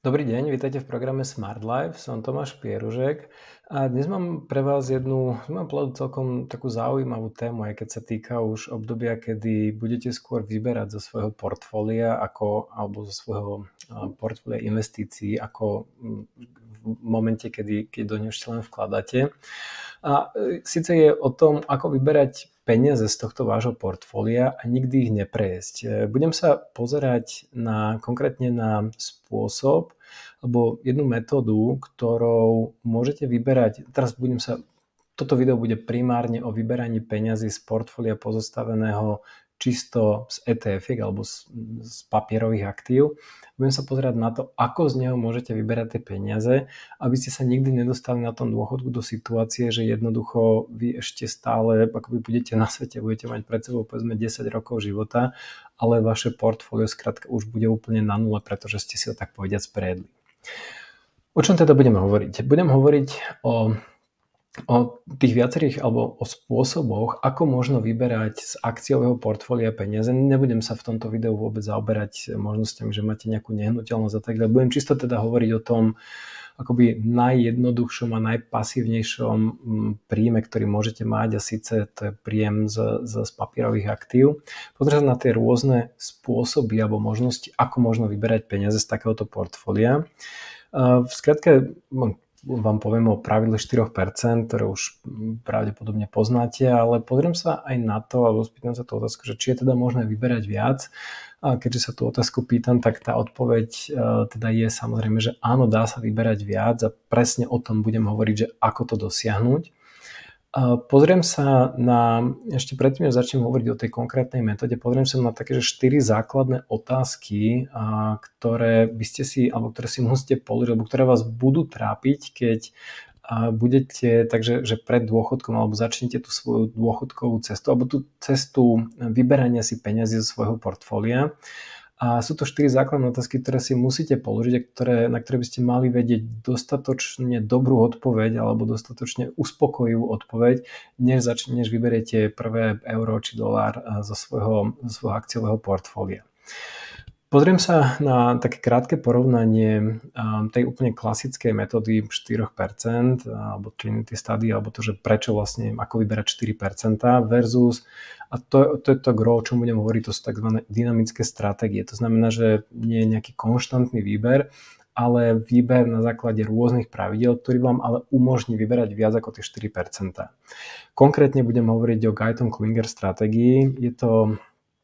Dobrý deň, vítajte v programe Smart Life, som Tomáš Pieružek a dnes mám pre vás jednu, z môjho pohľadu celkom takú zaujímavú tému, aj keď sa týka už obdobia, kedy budete skôr vyberať zo svojho portfólia alebo zo svojho portfólia investícií, ako v momente, keď do neho ešte len vkladáte. A síce je o tom, ako vyberať peniaze z tohto vášho portfólia a nikdy ich neprejesť. Budem sa pozerať konkrétne na spôsob alebo jednu metódu, ktorou môžete vyberať. Toto video bude primárne o vyberaní peňazí z portfólia pozostaveného čisto z ETF alebo z papierových aktív. Budem sa pozerať na to, ako z neho môžete vyberať tie peniaze, aby ste sa nikdy nedostali na tom dôchodku do situácie, že jednoducho vy ešte stále, akoby budete na svete, budete mať pred sebou povedzme 10 rokov života, ale vaše portfólio skrátka už bude úplne na nule, pretože ste si ho tak povediac prejedli. O čom teda budeme hovoriť? Budem hovoriť o tých viacerých alebo o spôsoboch, ako možno vyberať z akciového portfólia peniaze. Nebudem sa v tomto videu vôbec zaoberať možnosťami, že máte nejakú nehnuteľnosť a tak ďalej. Budem čisto teda hovoriť o tom akoby najjednoduchšom a najpasívnejšom príjme, ktorý môžete mať, a síce to je príjem z papierových aktív. Pozrieť na tie rôzne spôsoby alebo možnosti, ako možno vyberať peniaze z takéhoto portfólia. V skratke vám poviem o pravidle 4%, ktoré už pravdepodobne poznáte, ale pozriem sa aj na to, alebo spýtam sa tú otázku, že či je teda možné vyberať viac. A keďže sa tú otázku pýtam, tak tá odpoveď teda je samozrejme, že áno, dá sa vyberať viac a presne o tom budem hovoriť, že ako to dosiahnuť. Pozriem sa ešte predtým, než začnem hovoriť o tej konkrétnej metóde, pozriem sa na také, že 4 základné otázky, ktoré by ste si, alebo ktoré si musíte položiť, alebo ktoré vás budú trápiť, keď budete, takže že pred dôchodkom, alebo začnete tú svoju dôchodkovú cestu, alebo tú cestu vyberania si peňazí zo svojho portfólia. A sú to 4 základné otázky, ktoré si musíte položiť a na ktoré by ste mali vedieť dostatočne dobrú odpoveď alebo dostatočne uspokojivú odpoveď, než vyberiete prvé euro či dolár zo svojho akciového portfólia. Pozriem sa na také krátke porovnanie tej úplne klasickej metódy 4% alebo Trinity Study, alebo to, že prečo vlastne, ako vyberať 4% versus, a to je to gro, o čom budem hovoriť, to sú tzv. Dynamické stratégie. To znamená, že nie je nejaký konštantný výber, ale výber na základe rôznych pravidiel, ktorý vám ale umožní vyberať viac ako tie 4%. Konkrétne budem hovoriť o Guyton-Klinger stratégii. Je to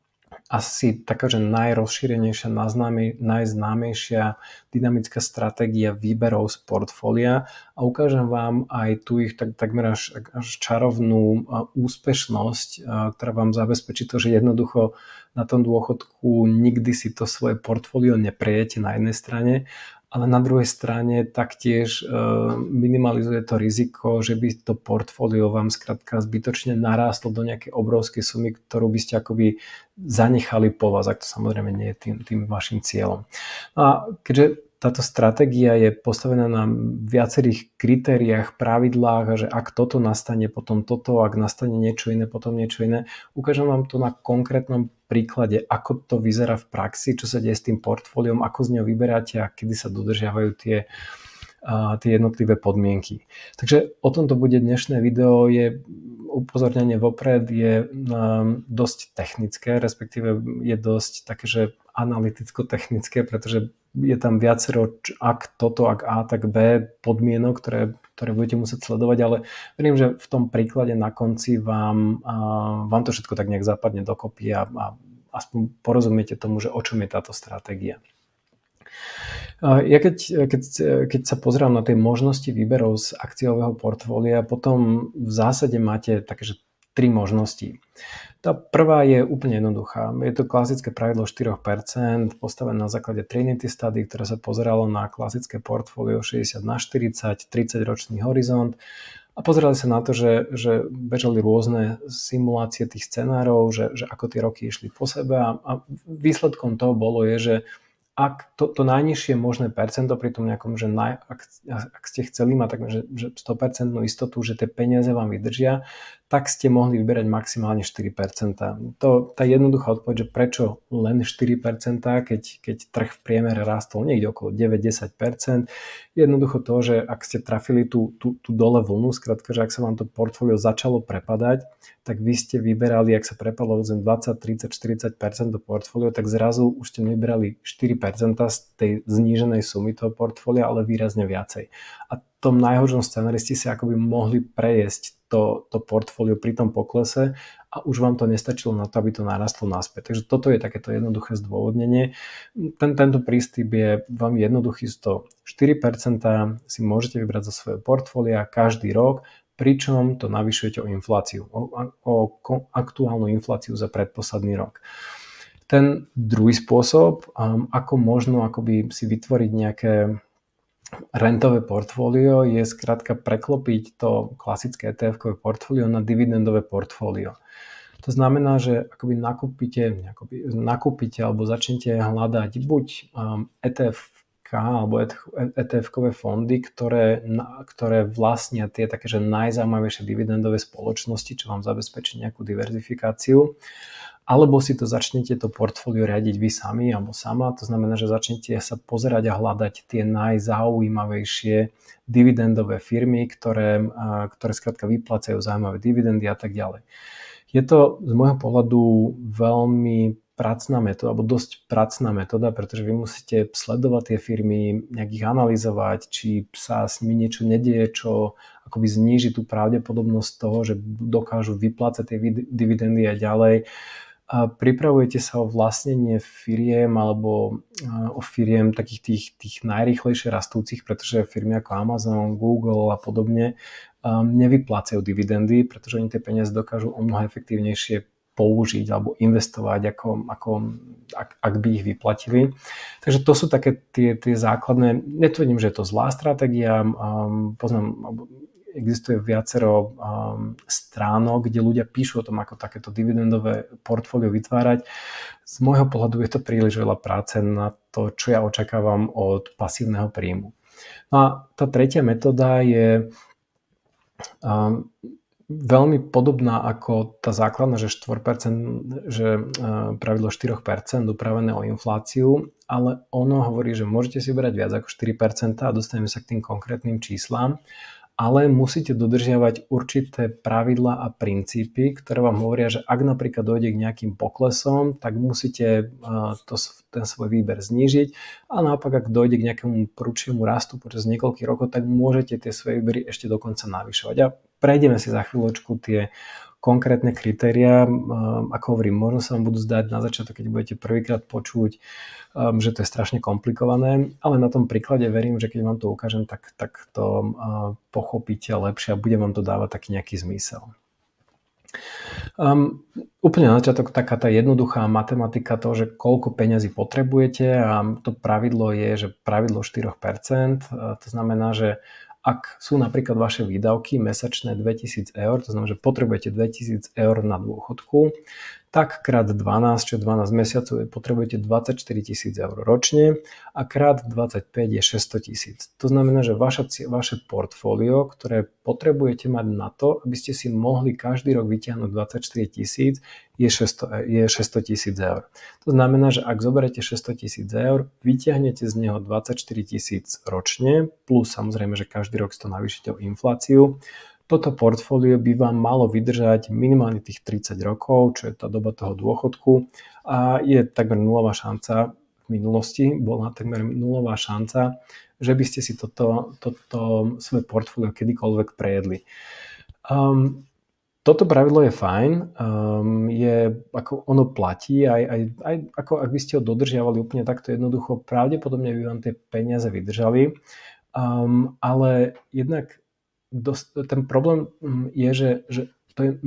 asi taká, že najrozšírenejšia, najznámejšia dynamická stratégia výberov z portfólia a ukážem vám aj tu ich takmer až čarovnú úspešnosť, ktorá vám zabezpečí to, že jednoducho na tom dôchodku nikdy si to svoje portfólio neprejete na jednej strane, ale na druhej strane taktiež minimalizuje to riziko, že by to portfólio vám skrátka zbytočne narástlo do nejakej obrovskej sumy, ktorú by ste akoby zanechali po vás, ak to samozrejme nie je tým vašim cieľom. A keďže táto stratégia je postavená na viacerých kritériách, pravidlách, a že ak toto nastane, potom toto, ak nastane niečo iné, potom niečo iné. Ukážem vám to na konkrétnom príklade, ako to vyzerá v praxi, čo sa deje s tým portfóliom, ako z neho vyberáte a kedy sa dodržiavajú tie jednotlivé podmienky. Takže o tomto bude dnešné video. Je upozornenie vopred, je dosť technické, respektíve je dosť také, že analyticko-technické, pretože je tam viacero, ak A, tak B podmienok, ktoré budete musieť sledovať, ale verím, že v tom príklade na konci vám to všetko tak nejak zapadne dokopy a aspoň porozumiete tomu, že o čom je táto stratégia. Ja keď sa pozerám na tie možnosti výberov z akciového portfólia, potom v zásade máte také, že 3 možnosti. Tá prvá je úplne jednoduchá. Je to klasické pravidlo 4%, postavené na základe Trinity Study, ktoré sa pozeralo na klasické portfólio 60/40, 30-ročný horizont a pozerali sa na to, že bežali rôzne simulácie tých scenárov, že ako tie roky išli po sebe a výsledkom toho bolo že ak to najnižšie možné percento pri tom nejakom, že ak ste chceli mať tak, že 100% istotu, že tie peniaze vám vydržia, tak ste mohli vyberať maximálne 4%. Tá jednoduchá odpoveď, že prečo len 4%, keď trh v priemere rástol niekde okolo 9-10%, jednoducho to, že ak ste trafili tú dole vlnu, skrátka, že ak sa vám to portfólio začalo prepadať, tak vy ste vyberali, ak sa prepadlo zem 20, 30, 40% do portfólia, tak zrazu už ste vyberali 4% z tej zníženej sumy toho portfólia, ale výrazne viacej. A v tom najhoršom scenári ste si akoby mohli prejesť to portfólio pri tom poklese a už vám to nestačilo na to, aby to narastlo naspäť. Takže toto je takéto jednoduché zdôvodnenie. Tento prístup je veľmi jednoduchý, 4% si môžete vybrať zo svojho portfólia každý rok, pričom to navyšujete o infláciu, o aktuálnu infláciu za predposledný rok. Ten druhý spôsob, ako možno akoby si vytvoriť nejaké rentové portfólio, je skrátka preklopiť to klasické ETF-kové portfólio na dividendové portfólio. To znamená, že akoby nakúpite alebo začnete hľadať buď ETF alebo ETF-kové fondy, ktoré vlastnia tie také, že najzaujímavejšie dividendové spoločnosti, čo vám zabezpečí nejakú diverzifikáciu. Alebo si to začnete to portfólio riadiť vy sami alebo sama. To znamená, že začnete sa pozerať a hľadať tie najzaujímavejšie dividendové firmy, ktoré skrátka vyplácajú zaujímavé dividendy a tak ďalej. Je to z môjho pohľadu veľmi pracná metóda, alebo dosť pracná metóda, pretože vy musíte sledovať tie firmy, nejak ich analyzovať, či sa s nimi niečo nedieje, čo akoby zníži tú pravdepodobnosť toho, že dokážu vyplácať tie dividendy a ďalej. A pripravujete sa o vlastnenie firiem alebo o firiem takých tých najrýchlejšie rastúcich, pretože firmy ako Amazon, Google a podobne nevyplácajú dividendy, pretože oni tie peniaze dokážu o mnoho efektívnejšie použiť alebo investovať, ak by ich vyplatili. Takže to sú také tie základné, netvrdím, že je to zlá stratégia, existuje viacero stránok, kde ľudia píšu o tom, ako takéto dividendové portfólio vytvárať. Z môjho pohľadu je to príliš veľa práce na to, čo ja očakávam od pasívneho príjmu. No a tá tretia metóda je veľmi podobná ako tá základná, že 4%, že pravidlo 4% upravené o infláciu, ale ono hovorí, že môžete si vyberať viac ako 4% a dostaneme sa k tým konkrétnym číslám, ale musíte dodržiavať určité pravidlá a princípy, ktoré vám hovoria, že ak napríklad dojde k nejakým poklesom, tak musíte ten svoj výber znížiť a naopak, ak dojde k nejakému prudšiemu rastu počas niekoľkých rokov, tak môžete tie svoje výbery ešte dokonca navyšovať. A prejdeme si za chvíľočku tie konkrétne kritériá. Ako hovorím, možno sa vám budú zdať na začiatok, keď budete prvýkrát počuť, že to je strašne komplikované, ale na tom príklade verím, že keď vám to ukážem, tak to pochopíte lepšie a bude vám to dávať taký nejaký zmysel. Úplne na začiatok taká tá jednoduchá matematika toho, že koľko peňazí potrebujete, a to pravidlo je, že pravidlo 4%, to znamená, že ak sú napríklad vaše výdavky mesačné 2000 eur, to znamená, že potrebujete 2000 eur na dôchodku, tak krát 12, čo 12 mesiacov, potrebujete 24 000 eur ročne a krát 25 je 600 000. To znamená, že vaše portfólio, ktoré potrebujete mať na to, aby ste si mohli každý rok vytiahnuť 24 000, je 600 000 eur. To znamená, že ak zoberiete 600 000 eur, vytiahnete z neho 24 000 ročne, plus samozrejme, že každý rok si to navýšite o infláciu. Toto portfólio by vám malo vydržať minimálne tých 30 rokov, čo je tá doba toho dôchodku, a je takmer nulová šanca, v minulosti bola takmer nulová šanca, že by ste si toto svoje portfólio kedykoľvek prejedli. Toto pravidlo je fajn, ako ono platí, aj ako ak by ste ho dodržiavali úplne takto jednoducho, pravdepodobne by vám tie peniaze vydržali, ale jednak ten problém je, že to je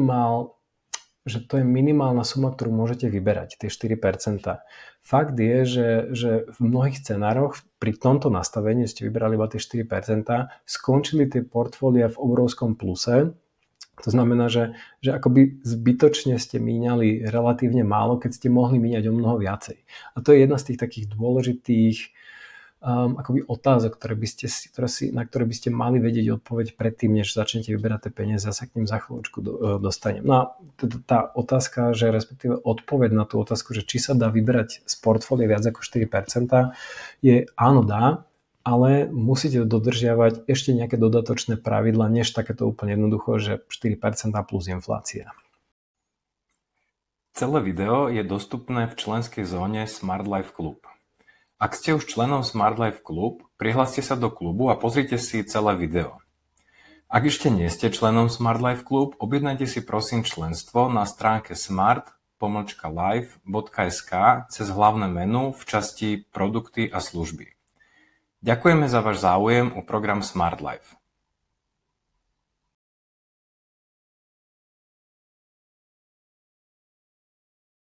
minimálna suma, ktorú môžete vyberať, tie 4%. Fakt je, že v mnohých scenároch pri tomto nastavení, ste vyberali iba tie 4%, skončili tie portfólia v obrovskom pluse. To znamená, že akoby zbytočne ste míňali relatívne málo, keď ste mohli míňať o mnoho viacej. A to je jedna z tých takých dôležitých akoby otázok, na ktoré by ste mali vedieť odpoveď predtým, než začnete vyberať tie peniaze. Ja sa k ním za chvíľočku dostanem. No a tá otázka, že respektíve odpoveď na tú otázku, že či sa dá vyberať z portfólia viac ako 4%, je áno, dá, ale musíte dodržiavať ešte nejaké dodatočné pravidla, než takéto úplne jednoducho, že 4% plus inflácia. Celé video je dostupné v členskej zóne Smart Life Club. Ak ste už členom Smart Life Club, prihláste sa do klubu a pozrite si celé video. Ak ešte nie ste členom Smart Life Club, objednajte si prosím členstvo na stránke smart-life.sk cez hlavné menu v časti Produkty a služby. Ďakujeme za váš záujem o program Smart Life.